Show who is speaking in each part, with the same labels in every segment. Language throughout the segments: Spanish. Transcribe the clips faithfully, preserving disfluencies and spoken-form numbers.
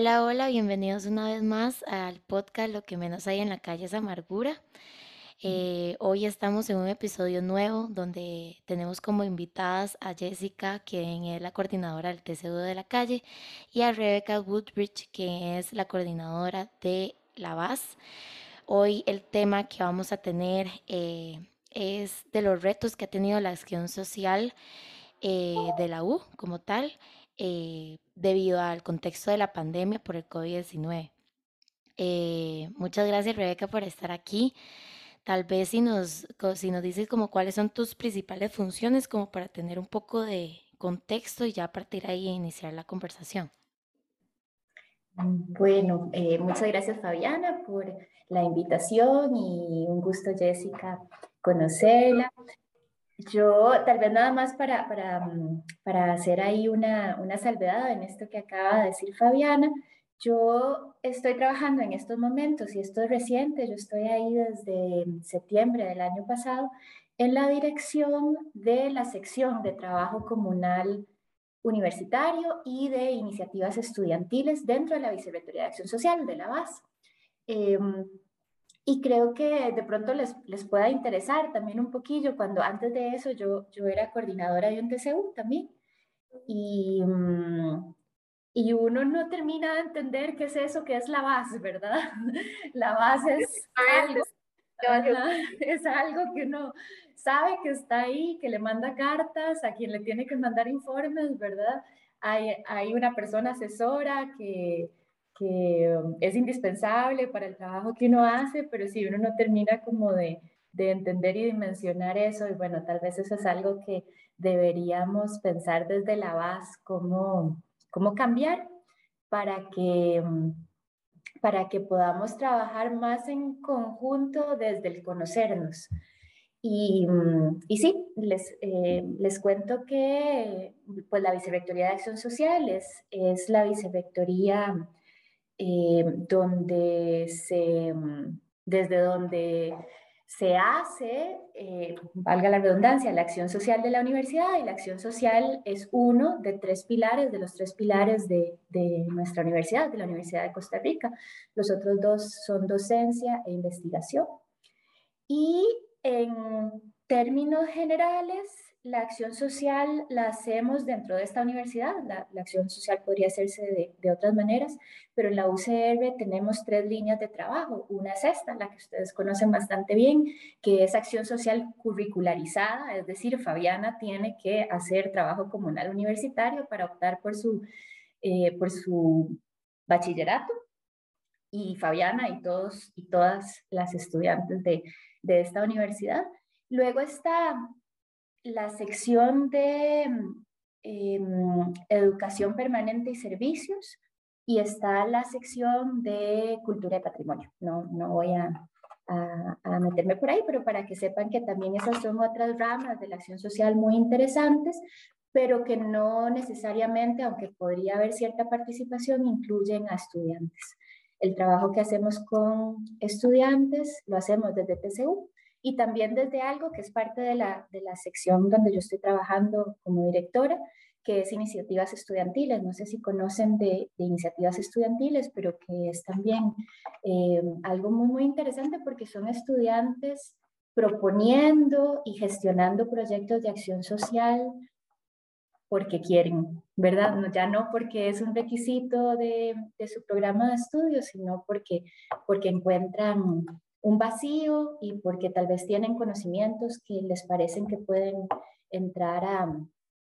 Speaker 1: Hola, hola, bienvenidos una vez más al podcast Lo que menos hay en la calle es amargura. Eh, hoy estamos en un episodio nuevo donde tenemos como invitadas a Jessica, quien es la coordinadora del T C U de la calle, y a Rebecca Woodbridge, quien es la coordinadora de la B A S. Hoy el tema que vamos a tener eh, es de los retos que ha tenido la acción social eh, de la U como tal, eh, debido al contexto de la pandemia por el COVID diecinueve. Eh, muchas gracias, Rebeca, por estar aquí. Tal vez si nos, co- si nos dices como cuáles son tus principales funciones, como para tener un poco de contexto y ya a partir de ahí iniciar la conversación.
Speaker 2: Bueno, eh, muchas gracias Fabiana por la invitación y un gusto Jessica conocerla. Yo tal vez nada más para, para, mm, para hacer ahí una, una salvedad en esto que acaba de decir Fabiana. Yo estoy trabajando en estos momentos y esto es reciente, yo estoy ahí desde septiembre del año pasado en la dirección de la sección de trabajo comunal universitario y de iniciativas estudiantiles dentro de la Vicerrectoría de Acción Social de la B A S. Eh, y creo que de pronto les, les pueda interesar también un poquillo, cuando antes de eso yo, yo era coordinadora de un T C U también. Y, mm, y uno no termina de entender qué es eso, qué es la base, ¿verdad? La base es algo, ajá, es algo que uno sabe que está ahí, que le manda cartas a quien le tiene que mandar informes, ¿verdad? Hay, hay una persona asesora que, que um, es indispensable para el trabajo que uno hace, pero si uno no termina como de, de entender y dimensionar eso, y bueno, tal vez eso es algo que deberíamos pensar desde la base, cómo, cómo cambiar para que, um, para que podamos trabajar más en conjunto desde el conocernos. Y, mm, y sí, les, eh, les cuento que pues, la Vicerrectoría de Acción Social es, es la vicerrectoría eh, donde se, mm, desde donde se hace, eh, valga la redundancia, la acción social de la universidad, y la acción social es uno de tres pilares, de los tres pilares de, de nuestra universidad, de la Universidad de Costa Rica. Los otros dos son docencia e investigación. Y en términos generales, la acción social la hacemos dentro de esta universidad. La, la acción social podría hacerse de, de, otras maneras, pero en la U C R tenemos tres líneas de trabajo. Una es esta, la que ustedes conocen bastante bien, que es acción social curricularizada, es decir, Fabiana tiene que hacer trabajo comunal universitario para optar por su, eh, por su bachillerato, y Fabiana y todos y todas las estudiantes de, de esta universidad. Luego está la sección de eh, educación permanente y servicios, y está la sección de cultura y patrimonio. No, no voy a, a, a, meterme por ahí, pero para que sepan que también esas son otras ramas de la acción social muy interesantes, pero que no necesariamente, aunque podría haber cierta participación, incluyen a estudiantes. El trabajo que hacemos con estudiantes lo hacemos desde T C U, y también desde algo que es parte de la, de la sección donde yo estoy trabajando como directora, que es iniciativas estudiantiles. No sé si conocen de, de iniciativas estudiantiles, pero que es también eh, algo muy, muy interesante, porque son estudiantes proponiendo y gestionando proyectos de acción social porque quieren, ¿verdad? No, ya no porque es un requisito de, de su programa de estudio, sino porque, porque encuentran un vacío, y porque tal vez tienen conocimientos que les parecen que pueden entrar a,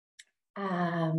Speaker 2: a,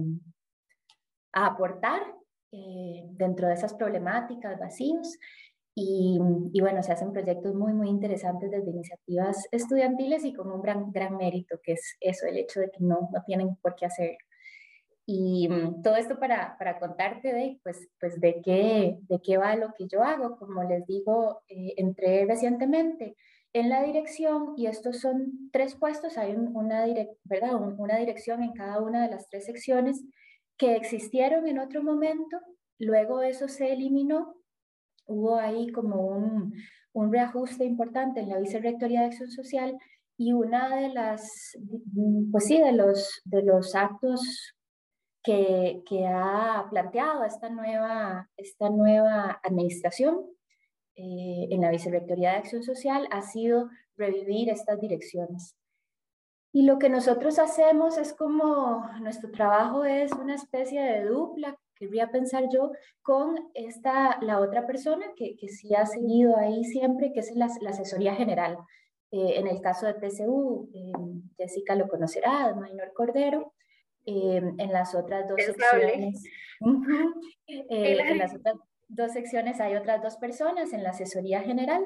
Speaker 2: a aportar eh, dentro de esas problemáticas, vacíos. Y, y, bueno, se hacen proyectos muy, muy interesantes desde iniciativas estudiantiles, y con un gran, gran mérito, que es eso, el hecho de que no, no tienen por qué hacerlo. Y um, todo esto para, para contarte de, pues, pues de, qué, de qué va lo que yo hago. Como les digo, eh, entré recientemente en la dirección, y estos son tres puestos. Hay un, una, direc ¿verdad? Un, una dirección en cada una de las tres secciones que existieron en otro momento. Luego eso se eliminó. Hubo ahí como un, un reajuste importante en la Vicerrectoría de Acción Social, y una de las, pues sí, de los, de los actos que, que ha planteado esta nueva, esta nueva administración eh, en la Vicerrectoría de Acción Social ha sido revivir estas direcciones. Y lo que nosotros hacemos es como, nuestro trabajo es una especie de dupla, querría pensar yo, con esta, la otra persona que, que sí ha seguido ahí siempre, que es la, la asesoría general. Eh, en el caso de T C U, eh, Jessica lo conocerá, Maynor Cordero. Eh, en las otras dos
Speaker 3: Pensable.
Speaker 2: secciones, uh-huh,
Speaker 3: Sí,
Speaker 2: eh,
Speaker 3: la-
Speaker 2: en las otras dos secciones hay otras dos personas en la asesoría general.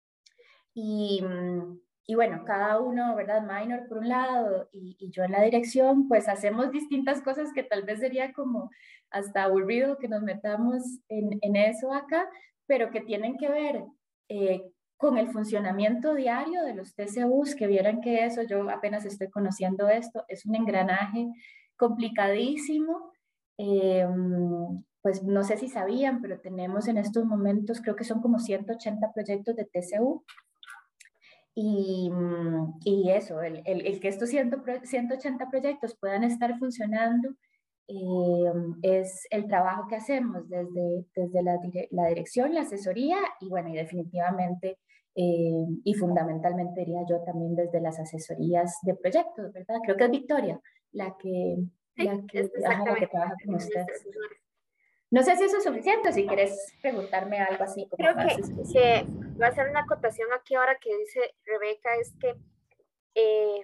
Speaker 2: Y, mm, y bueno, cada uno, ¿verdad? Minor por un lado y, y yo en la dirección, pues hacemos distintas cosas que tal vez sería como hasta aburrido que nos metamos en, en eso acá, pero que tienen que ver eh, con el funcionamiento diario de los T C Us, que vieran que eso, yo apenas estoy conociendo esto, es un engranaje complicadísimo. Eh, pues no sé si sabían, pero tenemos en estos momentos, creo que son como ciento ochenta proyectos de T C U. Y, mm, y eso, el, el, el, que estos ciento, ciento ochenta proyectos puedan estar funcionando eh, es el trabajo que hacemos desde, desde la, dire la dirección, la asesoría y bueno, y definitivamente eh, y fundamentalmente diría yo también desde las asesorías de proyectos, ¿verdad? Creo que es Victoria la que,
Speaker 3: sí,
Speaker 2: la que,
Speaker 3: es
Speaker 2: ajá, la que
Speaker 3: exactamente.
Speaker 2: trabaja con ustedes. No sé si eso es suficiente, si quieres preguntarme algo así como
Speaker 3: Creo
Speaker 2: más
Speaker 3: que,
Speaker 2: específico.
Speaker 3: que va a ser una acotación aquí ahora que dice Rebeca, es que eh,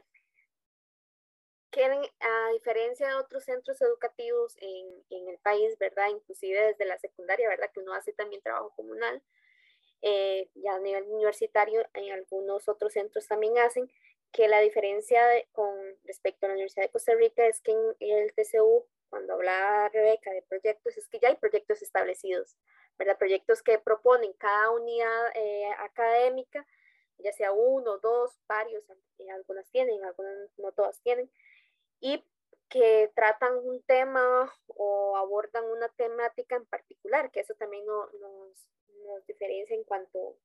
Speaker 3: quieren, a diferencia de otros centros educativos en, en, el país, ¿verdad? Inclusive desde la secundaria, ¿verdad? Que uno hace también trabajo comunal, eh, ya a nivel universitario, en algunos otros centros también hacen, que la diferencia de, con respecto a la Universidad de Costa Rica es que en el T C U, cuando hablaba Rebeca de proyectos, es que ya hay proyectos establecidos, ¿verdad? Proyectos que proponen cada unidad eh, académica, ya sea uno, dos, varios, eh, algunas tienen, algunas no todas tienen, y que tratan un tema o abordan una temática en particular, que eso también no, nos, nos diferencia en cuanto,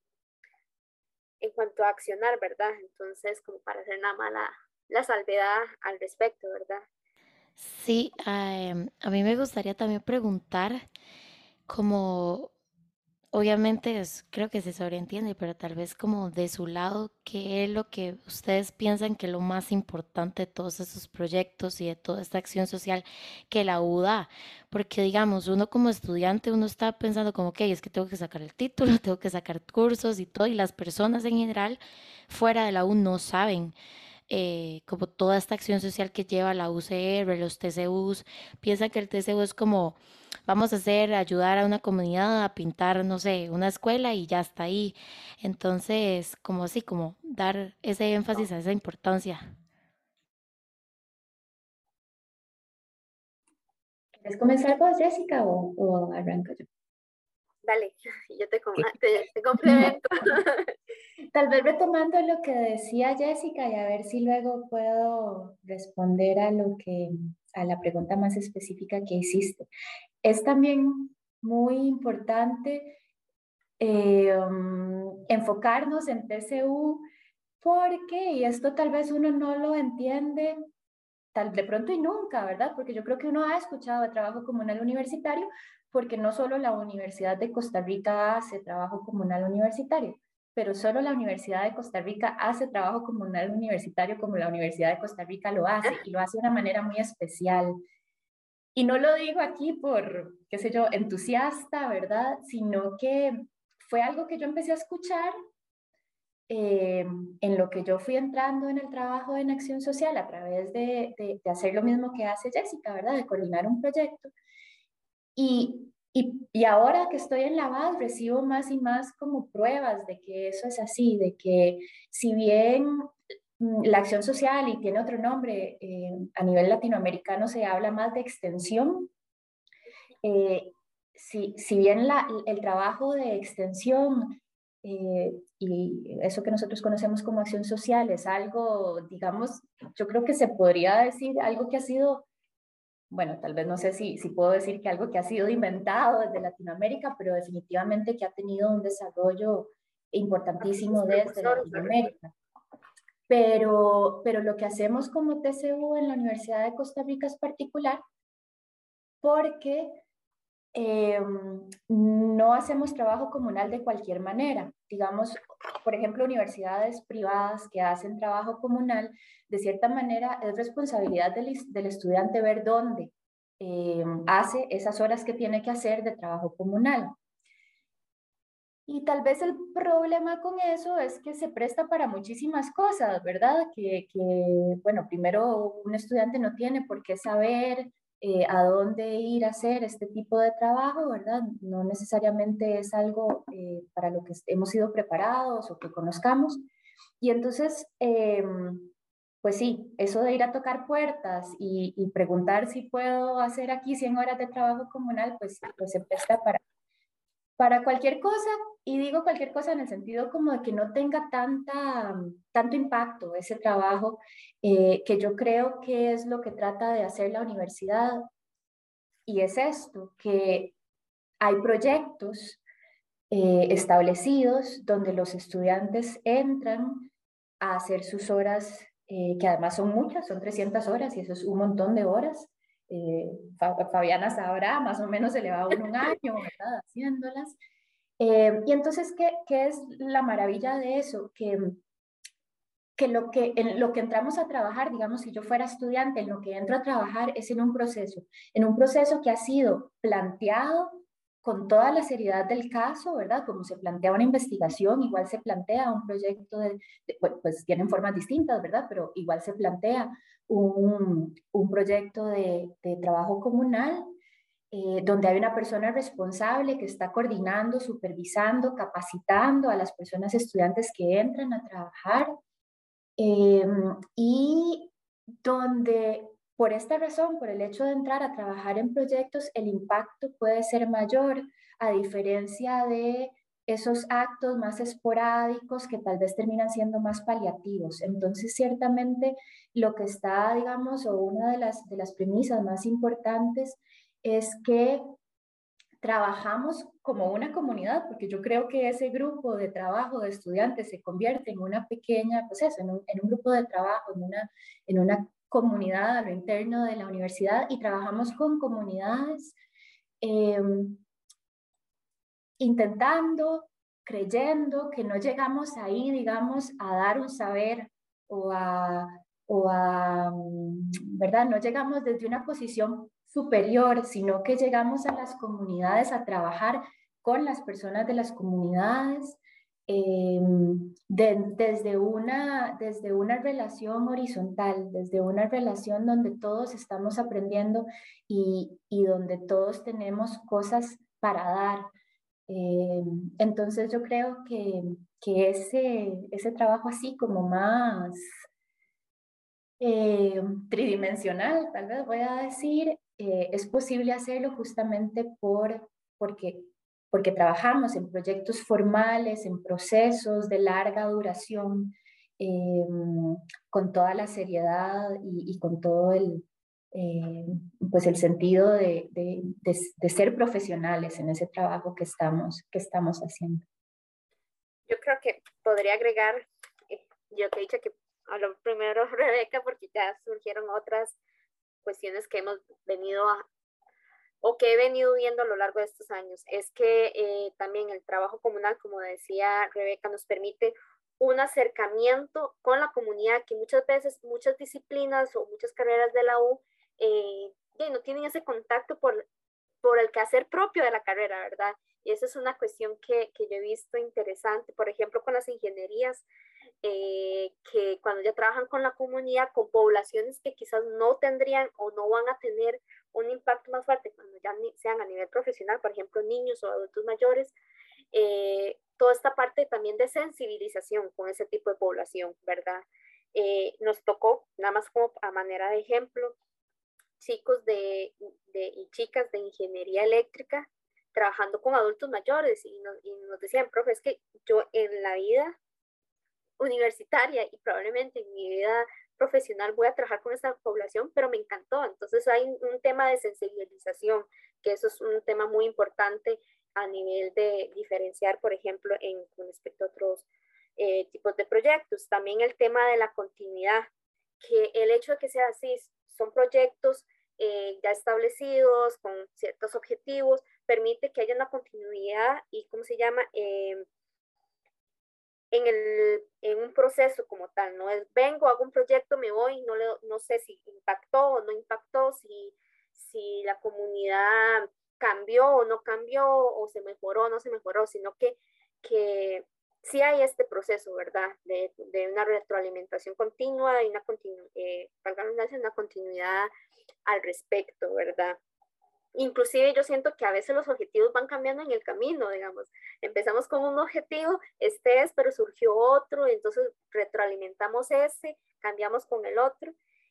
Speaker 3: en cuanto a accionar, ¿verdad? Entonces, como para hacer nada más la, la salvedad al respecto, ¿verdad?
Speaker 1: Sí, em, a mí me gustaría también preguntar, como obviamente es, creo que se sobreentiende, pero tal vez como de su lado, ¿qué es lo que ustedes piensan que es lo más importante de todos esos proyectos y de toda esta acción social que la U da? Porque digamos, uno como estudiante, uno está pensando como, ok, es que tengo que sacar el título, tengo que sacar cursos y todo, y las personas en general fuera de la U no saben eh, como toda esta acción social que lleva la U C R, los T C Us, piensan que el T C U es como, vamos a hacer, ayudar a una comunidad a pintar, no sé, una escuela y ya está ahí. Entonces, como así, como dar ese énfasis a esa importancia.
Speaker 2: ¿Quieres comenzar vos, Jessica, o, o arranco yo?
Speaker 3: Dale, yo te,
Speaker 2: Okay.
Speaker 3: te, te complemento.
Speaker 2: Tal vez retomando lo que decía Jessica y a ver si luego puedo responder a lo que, a la pregunta más específica que hiciste. Es también muy importante eh, um, enfocarnos en T C U porque, y esto tal vez uno no lo entiende tal de pronto y nunca, ¿verdad? Porque yo creo que uno ha escuchado de trabajo comunal universitario, porque no solo la Universidad de Costa Rica hace trabajo comunal universitario, pero solo la Universidad de Costa Rica hace trabajo comunal universitario como la Universidad de Costa Rica lo hace, y lo hace de una manera muy especial. Y no lo digo aquí por, qué sé yo, entusiasta, ¿verdad? Sino que fue algo que yo empecé a escuchar eh, en lo que yo fui entrando en el trabajo en acción social a través de, de, de hacer lo mismo que hace Jessica, ¿verdad? De coordinar un proyecto. Y, y, y ahora que estoy en la B A S, recibo más y más como pruebas de que eso es así, de que si bien mm, la acción social y tiene otro nombre, eh, a nivel latinoamericano se habla más de extensión, eh, si, si bien la, el trabajo de extensión eh, y eso que nosotros conocemos como acción social es algo, digamos, yo creo que se podría decir algo que ha sido, bueno, tal vez no sé si, si puedo decir que algo que ha sido inventado desde Latinoamérica, pero definitivamente que ha tenido un desarrollo importantísimo desde Latinoamérica. Pero, pero lo que hacemos como T C U en la Universidad de Costa Rica es particular porque eh, no hacemos trabajo comunal de cualquier manera. Digamos, por ejemplo, universidades privadas que hacen trabajo comunal, de cierta manera es responsabilidad del, del estudiante ver dónde eh, hace esas horas que tiene que hacer de trabajo comunal. Y tal vez el problema con eso es que se presta para muchísimas cosas, ¿verdad? Que, que bueno, primero un estudiante no tiene por qué saber eh, a dónde ir a hacer este tipo de trabajo, ¿verdad? No necesariamente es algo eh, para lo que hemos sido preparados o que conozcamos. Y entonces, eh, pues sí, eso de ir a tocar puertas y, y preguntar si puedo hacer aquí cien horas de trabajo comunal, pues, pues se presta para para cualquier cosa, y digo cualquier cosa en el sentido como de que no tenga tanta, tanto impacto ese trabajo, eh, que yo creo que es lo que trata de hacer la universidad, y es esto, que hay proyectos eh, establecidos donde los estudiantes entran a hacer sus horas, eh, que además son muchas, son trescientas horas, y eso es un montón de horas. Eh, Fabiana sabrá, más o menos se le va a uno un año, ¿verdad? Haciéndolas. Eh, y entonces, ¿qué, ¿qué es la maravilla de eso? Que, que, lo que en lo que entramos a trabajar, digamos, si yo fuera estudiante, en lo que entro a trabajar es en un proceso, en un proceso que ha sido planteado con toda la seriedad del caso, ¿verdad? Como se plantea una investigación, igual se plantea un proyecto de, de bueno, pues tienen formas distintas, ¿verdad? Pero igual se plantea un, un proyecto de, de trabajo comunal eh, donde hay una persona responsable que está coordinando, supervisando, capacitando a las personas estudiantes que entran a trabajar, eh, y donde por esta razón, por el hecho de entrar a trabajar en proyectos, el impacto puede ser mayor, a diferencia de esos actos más esporádicos que tal vez terminan siendo más paliativos. Entonces, ciertamente, lo que está, digamos, o una de las, de las premisas más importantes es que trabajamos como una comunidad, porque yo creo que ese grupo de trabajo de estudiantes se convierte en una pequeña, pues eso, en un, en un grupo de trabajo, en una, en una comunidad a lo interno de la universidad, y trabajamos con comunidades eh, intentando, creyendo que no llegamos ahí, digamos, a dar un saber o a, o a, ¿verdad? No llegamos desde una posición superior, sino que llegamos a las comunidades a trabajar con las personas de las comunidades, eh, de, desde, una, desde una relación horizontal, desde una relación donde todos estamos aprendiendo y, y donde todos tenemos cosas para dar. Eh, entonces yo creo que, que ese, ese trabajo así como más eh, tridimensional, tal vez voy a decir, eh, es posible hacerlo justamente por, porque, porque trabajamos en proyectos formales, en procesos de larga duración, eh, con toda la seriedad y, y con todo el, eh, pues el sentido de, de, de, de, ser profesionales en ese trabajo que estamos, que estamos haciendo.
Speaker 3: Yo creo que podría agregar, eh, yo te he dicho que habló primero Rebeca porque ya surgieron otras cuestiones que hemos venido a, o que he venido viendo a lo largo de estos años, es que eh, también el trabajo comunal, como decía Rebeca, nos permite un acercamiento con la comunidad que muchas veces, muchas disciplinas o muchas carreras de la U eh, no tienen ese contacto por, por el quehacer propio de la carrera, ¿verdad? Y esa es una cuestión que, que yo he visto interesante, por ejemplo, con las ingenierías, eh, que cuando ya trabajan con la comunidad, con poblaciones que quizás no tendrían o no van a tener un impacto más fuerte cuando ya sean a nivel profesional, por ejemplo, niños o adultos mayores, eh, toda esta parte también de sensibilización con ese tipo de población, ¿verdad? Eh, nos tocó, nada más como a manera de ejemplo, chicos de, de, y chicas de ingeniería eléctrica trabajando con adultos mayores y nos, y nos decían, profe, es que yo en la vida universitaria y probablemente en mi vida profesional voy a trabajar con esta población, pero me encantó. Entonces hay un tema de sensibilización, que eso es un tema muy importante a nivel de diferenciar, por ejemplo, en, con respecto a otros eh, tipos de proyectos. También el tema de la continuidad, que el hecho de que sea así, son proyectos eh, ya establecidos, con ciertos objetivos, permite que haya una continuidad y, ¿cómo se llama? Eh, en, el, en un proceso como tal, no es vengo, hago un proyecto, me voy, no, le, no sé si impactó o no impactó, si, si la comunidad cambió o no cambió, o se mejoró o no se mejoró, sino que, que sí hay este proceso, ¿verdad? De, de una retroalimentación continua y una, continu, eh, una continuidad al respecto, ¿verdad? Inclusive yo siento que a veces los objetivos van cambiando en el camino, digamos. Empezamos con un objetivo, este es, pero surgió otro, entonces retroalimentamos ese, cambiamos con el otro.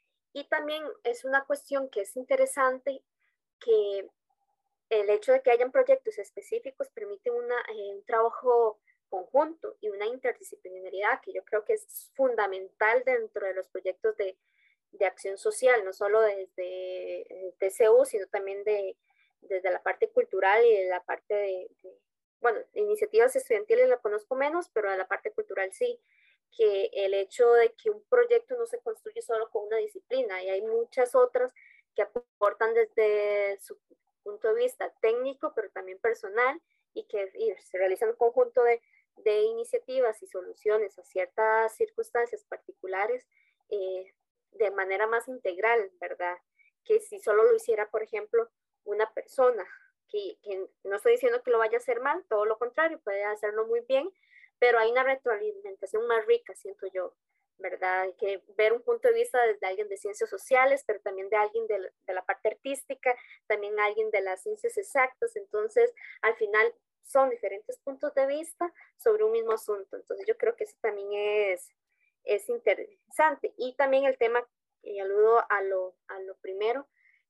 Speaker 3: Y también es una cuestión que es interesante, que el hecho de que hayan proyectos específicos permite una, eh, un trabajo conjunto y una interdisciplinaridad que yo creo que es fundamental dentro de los proyectos de, de acción social, no solo desde el T C U, sino también de, desde la parte cultural y de la parte de, de bueno, iniciativas estudiantiles la conozco menos, pero de la parte cultural sí, que el hecho de que un proyecto no se construye solo con una disciplina, y hay muchas otras que aportan desde su punto de vista técnico, pero también personal, y que y se realizan un conjunto de, de iniciativas y soluciones a ciertas circunstancias particulares eh, de manera más integral, ¿verdad? Que si solo lo hiciera, por ejemplo, una persona, que, que no estoy diciendo que lo vaya a hacer mal, todo lo contrario, puede hacerlo muy bien, pero hay una retroalimentación más rica, siento yo, ¿verdad? Hay que ver un punto de vista desde alguien de ciencias sociales, pero también de alguien de, de la parte artística, también alguien de las ciencias exactas, entonces al final son diferentes puntos de vista sobre un mismo asunto, entonces yo creo que eso también es, es interesante. Y también el tema, y aludo a lo, a lo primero,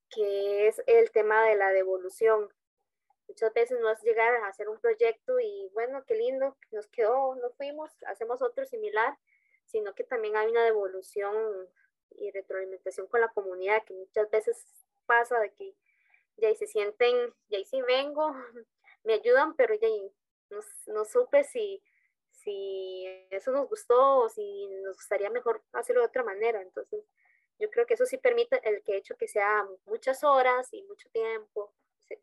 Speaker 3: que es el tema de la devolución. Muchas veces no es llegar a hacer un proyecto y bueno, qué lindo, nos quedó, nos fuimos, hacemos otro similar, sino que también hay una devolución y retroalimentación con la comunidad, que muchas veces pasa de que ya ahí se sienten, ya ahí sí vengo, me ayudan, pero ya no, no supe si, si eso nos gustó o si nos gustaría mejor hacerlo de otra manera. Entonces, yo creo que eso sí permite el que hecho que sea muchas horas y mucho tiempo. Sí.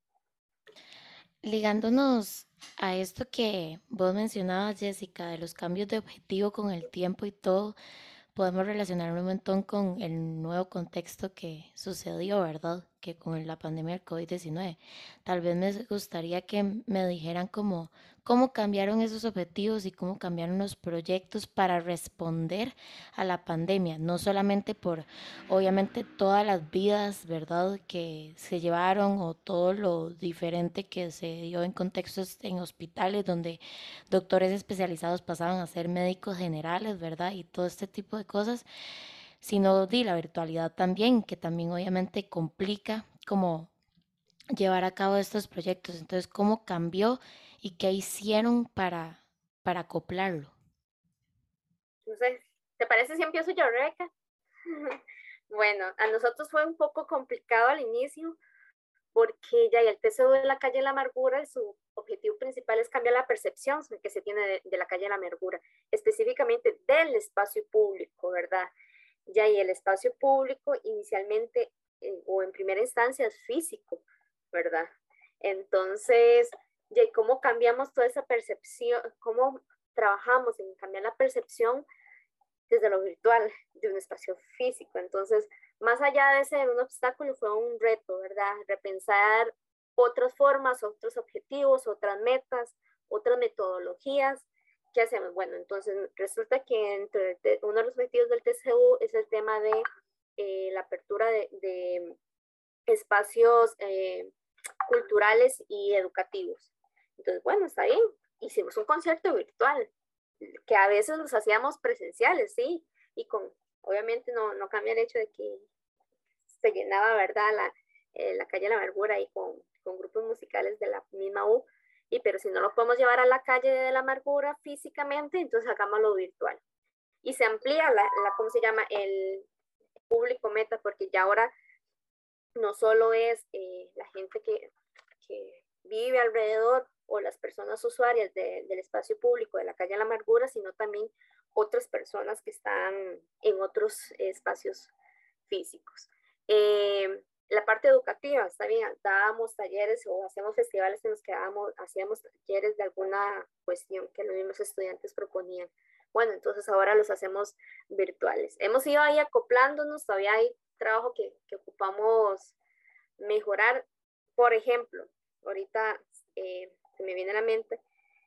Speaker 1: Ligándonos a esto que vos mencionabas, Jessica, de los cambios de objetivo con el tiempo y todo, podemos relacionarlo un montón con el nuevo contexto que sucedió, ¿verdad? Que con la pandemia del COVID diecinueve. Tal vez me gustaría que me dijeran cómo, cómo cambiaron esos objetivos y cómo cambiaron los proyectos para responder a la pandemia, no solamente por, obviamente, todas las vidas, ¿verdad?, que se llevaron o todo lo diferente que se dio en contextos en hospitales donde doctores especializados pasaban a ser médicos generales, ¿verdad? Y todo este tipo de cosas, sino di la virtualidad también, que también obviamente complica como llevar a cabo estos proyectos. Entonces, ¿cómo cambió y qué hicieron para, para acoplarlo?
Speaker 3: No sé, ¿te parece si empiezo yo, Rebeca? Bueno, a nosotros fue un poco complicado al inicio porque ya el T C U de la calle de la amargura, su objetivo principal es cambiar la percepción que se tiene de, de la calle de la amargura, específicamente del espacio público, ¿verdad? Ya y el espacio público inicialmente eh, o en primera instancia es físico, ¿verdad? Entonces, ya cómo cambiamos toda esa percepción, cómo trabajamos en cambiar la percepción desde lo virtual de un espacio físico. Entonces, más allá de ser un obstáculo, fue un reto, ¿verdad? Repensar otras formas, otros objetivos, otras metas, otras metodologías. ¿Qué hacemos? Bueno, entonces resulta que entre uno de los objetivos del T C U es el tema de eh, la apertura de, de espacios eh, culturales y educativos. Entonces, bueno, está bien. Hicimos un concierto virtual, que a veces los hacíamos presenciales, sí, y con, obviamente no, no cambia el hecho de que se llenaba, ¿verdad?, la, eh, la calle de la amargura ahí con, con grupos musicales de la misma U, y pero si no lo podemos llevar a la calle de la amargura físicamente, entonces hagámoslo virtual. Y se amplía la, la ¿cómo se llama?, el público meta, porque ya ahora no solo es eh, la gente que, que vive alrededor o las personas usuarias de, del espacio público de la calle de la amargura, sino también otras personas que están en otros espacios físicos. Eh, la parte educativa, está bien, dábamos talleres o hacíamos festivales en los que dábamos, hacíamos talleres de alguna cuestión que los mismos estudiantes proponían. Bueno, entonces ahora los hacemos virtuales. Hemos ido ahí acoplándonos, todavía hay trabajo que, que ocupamos mejorar. Por ejemplo, ahorita eh, se me viene a la mente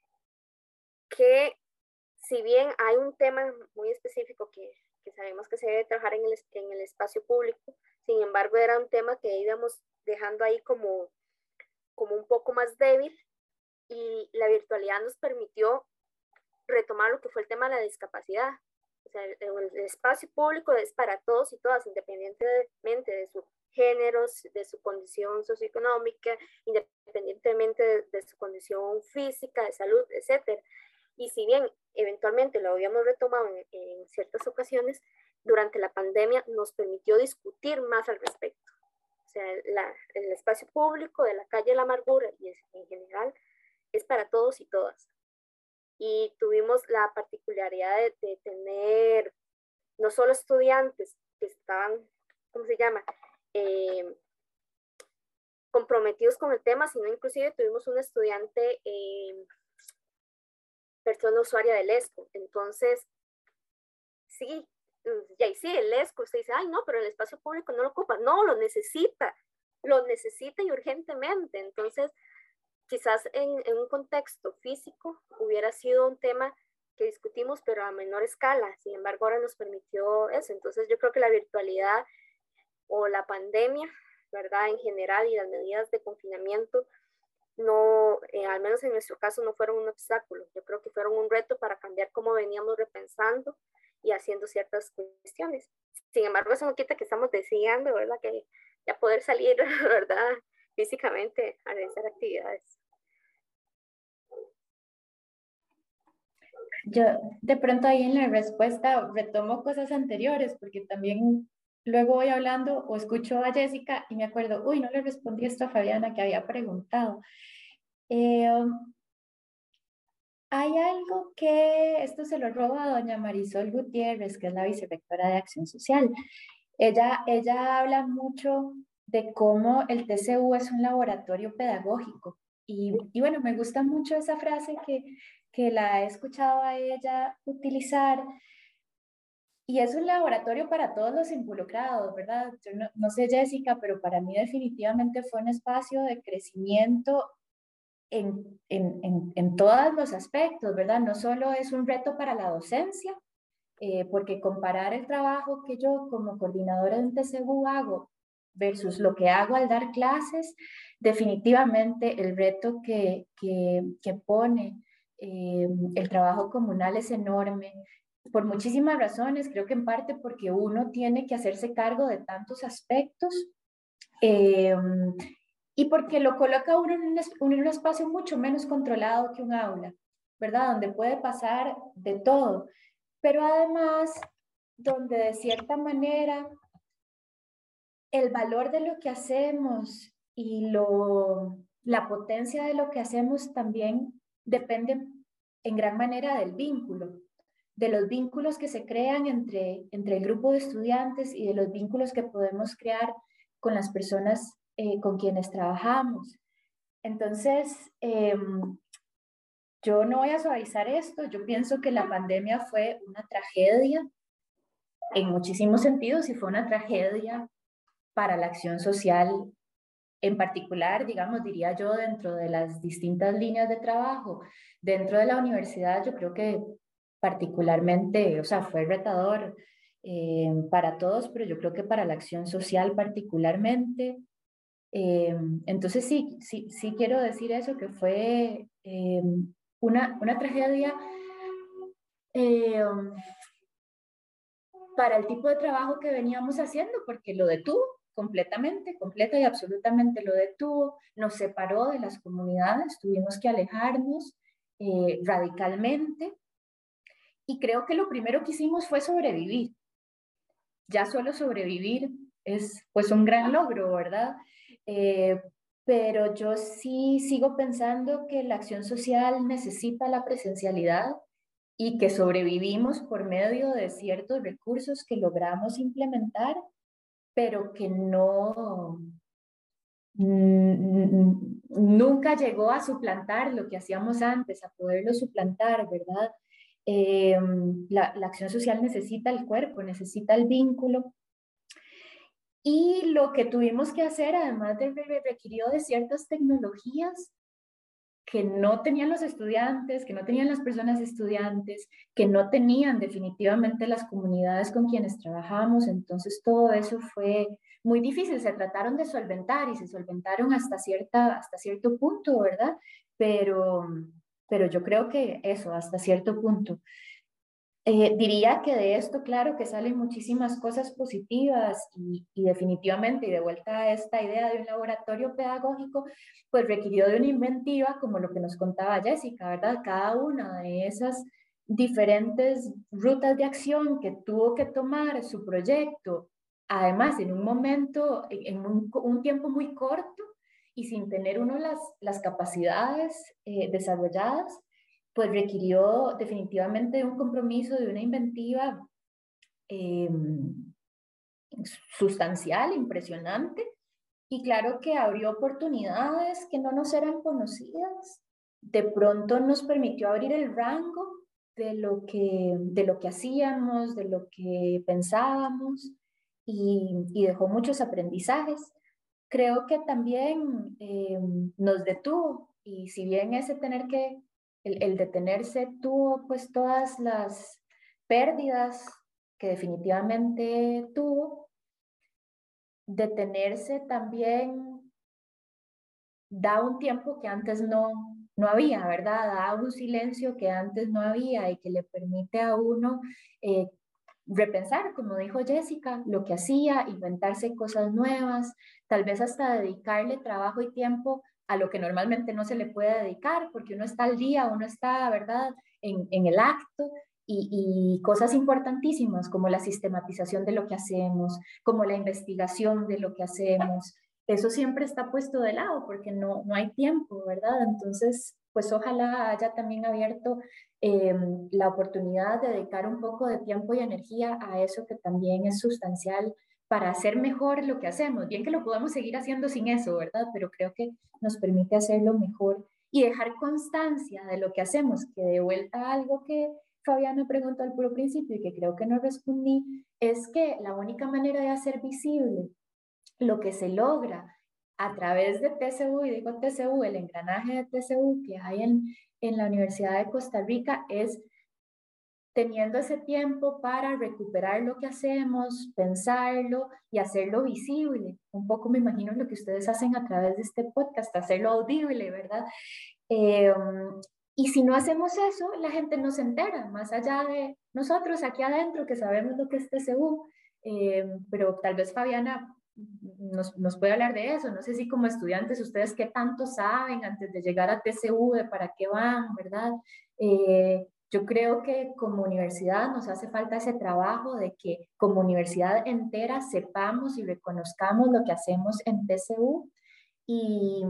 Speaker 3: que si bien hay un tema muy específico que, que sabemos que se debe trabajar en el, en el espacio público, sin embargo era un tema que íbamos dejando ahí como, como un poco más débil, y la virtualidad nos permitió retomar lo que fue el tema de la discapacidad. O sea, el, el espacio público es para todos y todas, independientemente de su género, de su condición socioeconómica, independientemente de, de su condición física, de salud, etcétera. Y si bien eventualmente lo habíamos retomado en, en ciertas ocasiones, durante la pandemia nos permitió discutir más al respecto. O sea, la, el espacio público de la calle La Amargura y en general es para todos y todas. Y tuvimos la particularidad de, de tener no solo estudiantes que estaban, ¿cómo se llama?, eh, comprometidos con el tema, sino inclusive tuvimos un estudiante, eh, persona usuaria del ESCO. Entonces, sí, ya sí, el ESCO, usted dice, ay, no, pero el espacio público no lo ocupa. No, lo necesita, lo necesita y urgentemente. Entonces, quizás en, en un contexto físico hubiera sido un tema que discutimos, pero a menor escala. Sin embargo, ahora nos permitió eso. Entonces, yo creo que la virtualidad o la pandemia, ¿verdad?, en general, y las medidas de confinamiento, no, eh, al menos en nuestro caso, no fueron un obstáculo. Yo creo que fueron un reto para cambiar cómo veníamos repensando y haciendo ciertas cuestiones. Sin embargo, eso no quita que estamos deseando, ¿verdad?, que ya poder salir, ¿verdad?, físicamente a realizar actividades.
Speaker 2: Yo de pronto ahí en la respuesta retomo cosas anteriores, porque también luego voy hablando o escucho a Jessica y me acuerdo, uy, no le respondí esto a Fabiana que había preguntado. Eh, hay algo que, esto se lo roba a doña Marisol Gutiérrez, que es la vicerrectora de Acción Social. Ella, ella habla mucho de cómo el T C U es un laboratorio pedagógico. Y, y bueno, me gusta mucho esa frase que, que la he escuchado a ella utilizar. Y es un laboratorio para todos los involucrados, ¿verdad? Yo no, no sé, Jessica, pero para mí definitivamente fue un espacio de crecimiento en, en, en, en todos los aspectos, ¿verdad? No solo es un reto para la docencia, eh, porque comparar el trabajo que yo como coordinadora de un T C U hago versus lo que hago al dar clases, definitivamente el reto que, que, que pone eh, el trabajo comunal es enorme, por muchísimas razones. Creo que en parte porque uno tiene que hacerse cargo de tantos aspectos, eh, y porque lo coloca uno en un, en un espacio mucho menos controlado que un aula, ¿verdad? Donde puede pasar de todo, pero además donde de cierta manera el valor de lo que hacemos y lo, la potencia de lo que hacemos también depende en gran manera del vínculo, de los vínculos que se crean entre, entre el grupo de estudiantes y de los vínculos que podemos crear con las personas eh, con quienes trabajamos. Entonces, eh, yo no voy a suavizar esto. Yo pienso que la pandemia fue una tragedia en muchísimos sentidos y fue una tragedia para la acción social en particular, digamos, diría yo, dentro de las distintas líneas de trabajo. Dentro de la universidad, yo creo que particularmente, o sea, fue retador eh, para todos, pero yo creo que para la acción social particularmente. Eh, entonces sí, sí, sí quiero decir eso, que fue eh, una, una tragedia eh, para el tipo de trabajo que veníamos haciendo, porque lo detuvo completamente, completa y absolutamente lo detuvo, nos separó de las comunidades, tuvimos que alejarnos eh, radicalmente, y creo que lo primero que hicimos fue sobrevivir. Ya solo sobrevivir es pues un gran logro, ¿verdad? Eh, pero yo sí sigo pensando que la acción social necesita la presencialidad y que sobrevivimos por medio de ciertos recursos que logramos implementar, pero que no, nunca llegó a suplantar lo que hacíamos antes, a poderlo suplantar, ¿verdad? Eh, la, la acción social necesita el cuerpo, necesita el vínculo. Y lo que tuvimos que hacer, además de requirió de ciertas tecnologías que no tenían los estudiantes, que no tenían las personas estudiantes, que no tenían definitivamente las comunidades con quienes trabajamos. Entonces todo eso fue muy difícil. Se trataron de solventar y se solventaron hasta, cierta, hasta cierto punto, ¿verdad? Pero, pero yo creo que eso, hasta cierto punto. Eh, diría que de esto, claro, que salen muchísimas cosas positivas y, y definitivamente, y de vuelta a esta idea de un laboratorio pedagógico, pues requirió de una inventiva, como lo que nos contaba Jessica, ¿verdad? Cada una de esas diferentes rutas de acción que tuvo que tomar su proyecto, además en un momento, en un, un tiempo muy corto y sin tener uno las, las capacidades eh, desarrolladas, pues requirió definitivamente un compromiso, de una inventiva eh, sustancial, impresionante, y claro que abrió oportunidades que no nos eran conocidas. De pronto nos permitió abrir el rango de lo que, de lo que hacíamos, de lo que pensábamos, y, y dejó muchos aprendizajes. Creo que también eh, nos detuvo, y si bien ese tener que, el, el detenerse tuvo pues todas las pérdidas que definitivamente tuvo, detenerse también da un tiempo que antes no, no había, ¿verdad? Da un silencio que antes no había y que le permite a uno eh, repensar, como dijo Jessica, lo que hacía, inventarse cosas nuevas, tal vez hasta dedicarle trabajo y tiempo a lo que normalmente no se le puede dedicar, porque uno está al día, uno está, ¿verdad?, en, en el acto, y, y cosas importantísimas como la sistematización de lo que hacemos, como la investigación de lo que hacemos. Eso siempre está puesto de lado porque no, no hay tiempo, ¿verdad? Entonces, pues ojalá haya también abierto eh, la oportunidad de dedicar un poco de tiempo y energía a eso que también es sustancial para hacer mejor lo que hacemos. Bien que lo podemos seguir haciendo sin eso, ¿verdad? Pero creo que nos permite hacerlo mejor y dejar constancia de lo que hacemos, que de vuelta a algo que Fabián me preguntó al puro principio y que creo que no respondí, es que la única manera de hacer visible lo que se logra a través de T C U, y digo T C U, el engranaje de T C U que hay en, en la Universidad de Costa Rica, es teniendo ese tiempo para recuperar lo que hacemos, pensarlo y hacerlo visible. Un poco me imagino lo que ustedes hacen a través de este podcast, hacerlo audible, ¿verdad? Eh, y si no hacemos eso, la gente no se entera, más allá de nosotros aquí adentro que sabemos lo que es T C U, eh, pero tal vez Fabiana nos, nos puede hablar de eso. No sé si como estudiantes ustedes qué tanto saben antes de llegar a T C U, de para qué van, ¿verdad? Eh, yo creo que como universidad nos hace falta ese trabajo de que como universidad entera sepamos y reconozcamos lo que hacemos en T C U, y,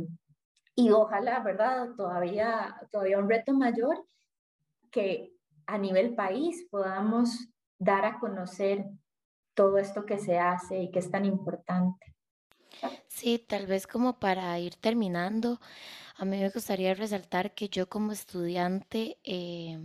Speaker 2: y ojalá, ¿verdad? Todavía, todavía un reto mayor, que a nivel país podamos dar a conocer todo esto que se hace y que es tan importante.
Speaker 1: Sí, tal vez como para ir terminando, a mí me gustaría resaltar que yo como estudiante eh,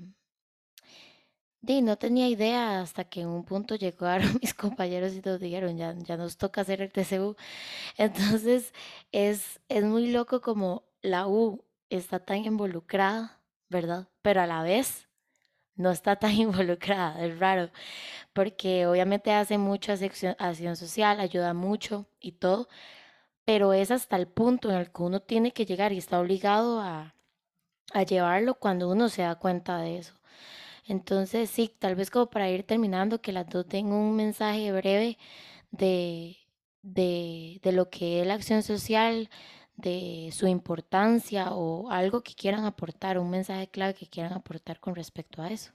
Speaker 1: di, no tenía idea hasta que en un punto llegaron mis compañeros y nos dijeron, ya, ya nos toca hacer el T C U. Entonces es, es muy loco como la U está tan involucrada, ¿verdad? Pero a la vez no está tan involucrada, es raro, porque obviamente hace mucha acción, acción social, ayuda mucho y todo, pero es hasta el punto en el que uno tiene que llegar y está obligado a, a llevarlo cuando uno se da cuenta de eso. Entonces, sí, tal vez como para ir terminando, que las dos den un mensaje breve de, de, de lo que es la acción social, de su importancia o algo que quieran aportar, un mensaje clave que quieran aportar con respecto a eso.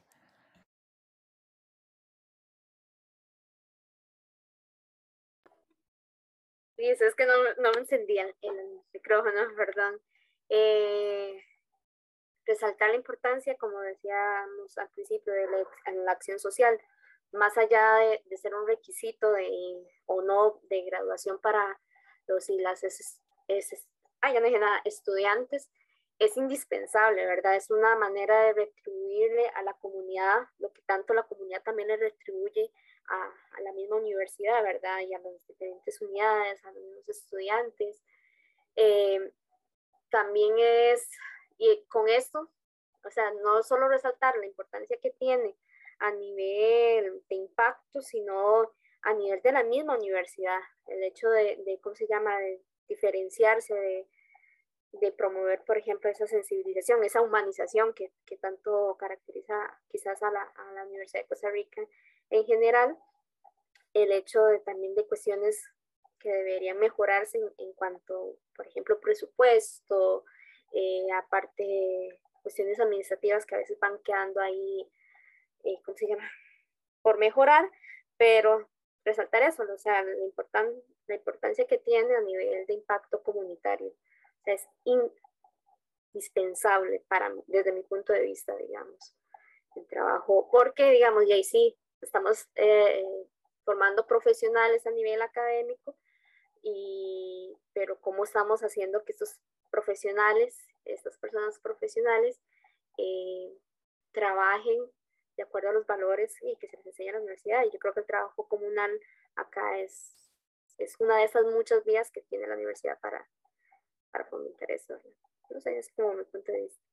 Speaker 3: Y eso es que no, no me encendía el micrófono, perdón. Eh, resaltar la importancia, como decíamos al principio, de la, la acción social, más allá de, de ser un requisito de, o no de graduación para los y las es, es, ay, ya no dije nada, estudiantes, es indispensable, ¿verdad? Es una manera de retribuirle a la comunidad lo que tanto la comunidad también le retribuye a, a la misma universidad, ¿verdad? Y a las diferentes unidades, a los estudiantes. Eh, también es, y con esto, o sea, no solo resaltar la importancia que tiene a nivel de impacto, sino a nivel de la misma universidad, el hecho de, de ¿cómo se llama?, de diferenciarse, de, de promover, por ejemplo, esa sensibilización, esa humanización que, que tanto caracteriza quizás a la, a la Universidad de Costa Rica en general, el hecho de también de cuestiones que deberían mejorarse en, en cuanto, por ejemplo, presupuesto, eh, aparte cuestiones administrativas que a veces van quedando ahí, eh, ¿cómo se llama?, por mejorar, pero resaltar eso, o sea, la, importan, la importancia que tiene a nivel de impacto comunitario. O sea, es indispensable para mí, desde mi punto de vista, digamos, el trabajo, porque, digamos, y ahí sí, estamos eh, formando profesionales a nivel académico, y, pero cómo estamos haciendo que estos profesionales, estas personas profesionales, eh, trabajen de acuerdo a los valores y que se les enseña en la universidad. Y yo creo que el trabajo comunal acá es, es una de esas muchas vías que tiene la universidad para, para fomentar eso, ¿verdad? No sé, es como mi punto de vista.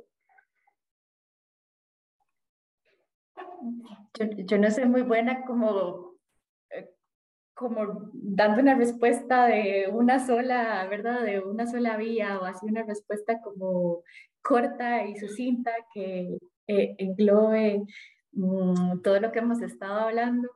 Speaker 2: Yo, yo no soy muy buena como, eh, como dando una respuesta de una sola, ¿verdad? De una sola vía, o así una respuesta como corta y sucinta que eh, englobe mm, todo lo que hemos estado hablando.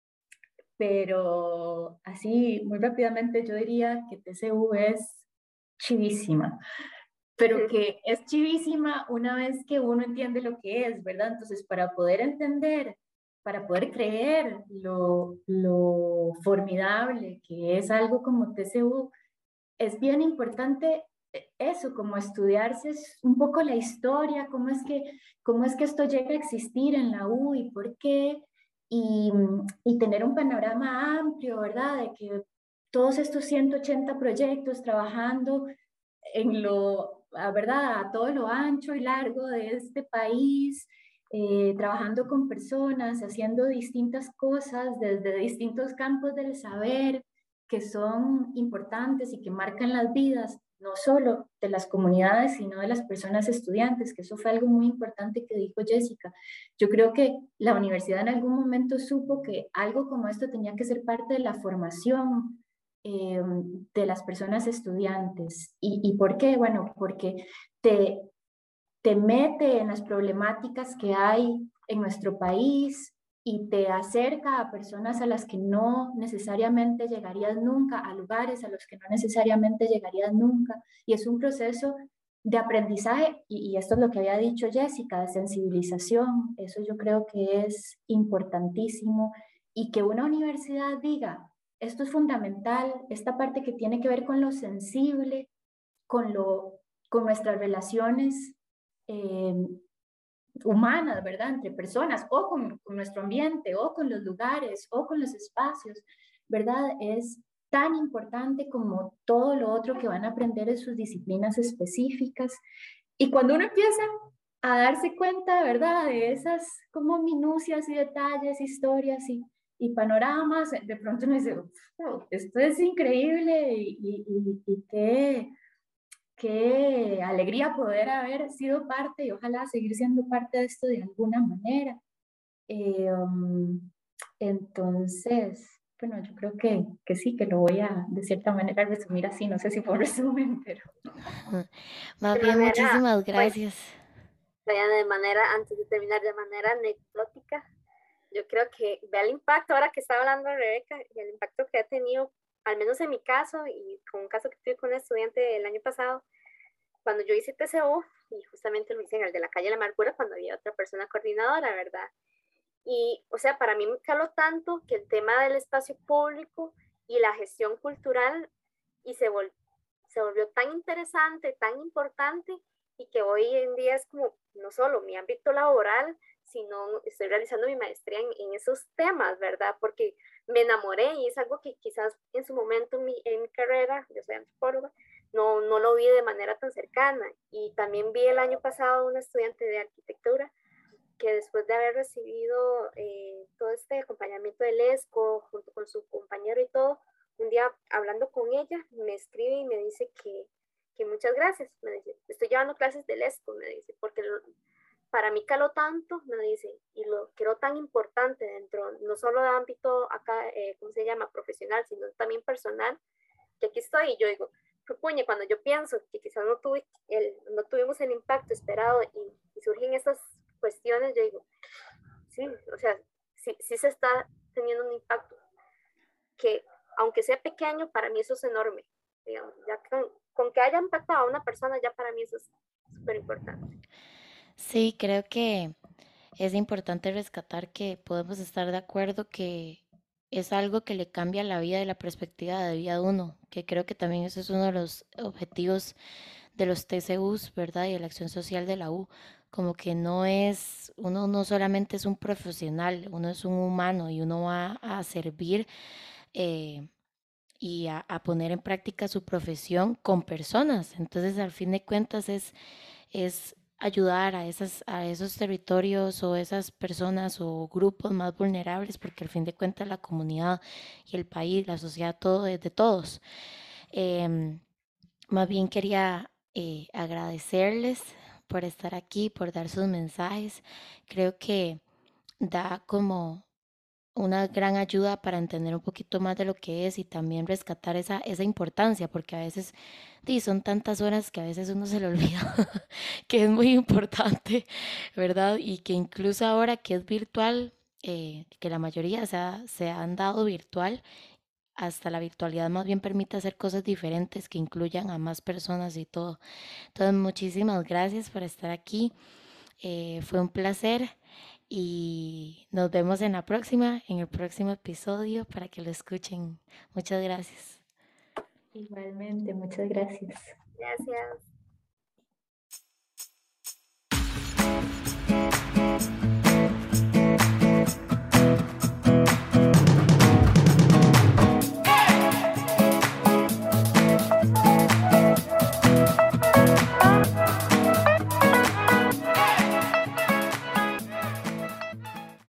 Speaker 2: Pero así, muy rápidamente, yo diría que T C U es chivísima, pero que es chivísima una vez que uno entiende lo que es, ¿verdad? Entonces, para poder entender, para poder creer lo, lo formidable que es algo como T C U, es bien importante eso, como estudiarse un poco la historia, cómo es que, cómo es que esto llega a existir en la U y por qué, y, y tener un panorama amplio, ¿verdad? De que todos estos ciento ochenta proyectos trabajando en lo, a verdad, a todo lo ancho y largo de este país, eh, trabajando con personas, haciendo distintas cosas desde distintos campos del saber que son importantes y que marcan las vidas, no solo de las comunidades, sino de las personas estudiantes, que eso fue algo muy importante que dijo Jessica. Yo creo que la universidad en algún momento supo que algo como esto tenía que ser parte de la formación eh, de las personas estudiantes. ¿Y, ¿Y por qué? Bueno, porque te, te mete en las problemáticas que hay en nuestro país y te acerca a personas a las que no necesariamente llegarías nunca, a lugares a los que no necesariamente llegarías nunca. Y es un proceso de aprendizaje, y, y esto es lo que había dicho Jessica, de sensibilización. Eso yo creo que es importantísimo. Y que una universidad diga, esto es fundamental, esta parte que tiene que ver con lo sensible, con, lo, con nuestras relaciones eh, humanas, ¿verdad? Entre personas, o con, con nuestro ambiente, o con los lugares, o con los espacios, ¿verdad? Es tan importante como todo lo otro que van a aprender en sus disciplinas específicas. Y cuando uno empieza a darse cuenta, ¿verdad? De esas como minucias y detalles, historias y, y panoramas, de pronto uno dice, oh, esto es increíble y, y, y, y qué, qué alegría poder haber sido parte y ojalá seguir siendo parte de esto de alguna manera. Eh, um, entonces, bueno, yo creo que, que sí, que lo voy a de cierta manera resumir así, no sé si fue un resumen, pero...
Speaker 1: Más
Speaker 3: De
Speaker 1: bien,
Speaker 3: manera,
Speaker 1: muchísimas
Speaker 3: pues,
Speaker 1: gracias.
Speaker 3: de manera, antes de terminar, de manera anecdótica, yo creo que vea el impacto, ahora que estaba hablando Rebeca, y el impacto que ha tenido, al menos en mi caso, y con un caso que tuve con un estudiante el año pasado, cuando yo hice T C U, y justamente lo hice en el de la calle La Amargura, cuando había otra persona coordinadora, ¿verdad? Y, o sea, para mí me caló tanto que el tema del espacio público y la gestión cultural, y se, vol se volvió tan interesante, tan importante, y que hoy en día es como no solo mi ámbito laboral, sino estoy realizando mi maestría en, en esos temas, ¿verdad? Porque me enamoré y es algo que quizás en su momento en mi, en mi carrera, yo soy antropóloga, no, no lo vi de manera tan cercana. Y también vi el año pasado una estudiante de arquitectura que después de haber recibido eh, todo este acompañamiento del ESCO junto con su compañero y todo, un día hablando con ella me escribe y me dice que, que muchas gracias, me dice, estoy llevando clases del ESCO, me dice, porque lo, para mí caló tanto, me dice, y lo creo tan importante dentro, no solo de ámbito acá, eh, ¿cómo se llama?, profesional, sino también personal, que aquí estoy y yo digo, puñe, cuando yo pienso que quizás no, tuve el, no tuvimos el impacto esperado y, y surgen estas cuestiones, yo digo, sí, o sea, sí, sí se está teniendo un impacto que, aunque sea pequeño, para mí eso es enorme, digamos, ya con, con que haya impactado a una persona, ya para mí eso es súper importante.
Speaker 1: Sí, creo que es importante rescatar que podemos estar de acuerdo que es algo que le cambia la vida y la perspectiva de vida de uno, que creo que también ese es uno de los objetivos de los T C Us, ¿verdad? Y de la acción social de la U, como que no es, uno no solamente es un profesional, uno es un humano y uno va a servir eh, y a, a poner en práctica su profesión con personas. Entonces, al fin de cuentas, es, es ayudar a, esas, a esos territorios o esas personas o grupos más vulnerables, porque al fin de cuentas la comunidad y el país, la sociedad, todo es de todos. Em, Más bien quería eh, agradecerles por estar aquí, por dar sus mensajes. Creo que da como una gran ayuda para entender un poquito más de lo que es y también rescatar esa, esa importancia, porque a veces di, son tantas horas que a veces uno se le olvida que es muy importante, ¿verdad? Y que incluso ahora que es virtual, eh, que la mayoría se, ha- se han dado virtual, hasta la virtualidad más bien permite hacer cosas diferentes que incluyan a más personas y todo. Entonces, muchísimas gracias por estar aquí. Eh, fue un placer y nos vemos en la próxima, en el próximo episodio para que lo escuchen. Muchas gracias.
Speaker 2: Igualmente, muchas gracias.
Speaker 3: Gracias.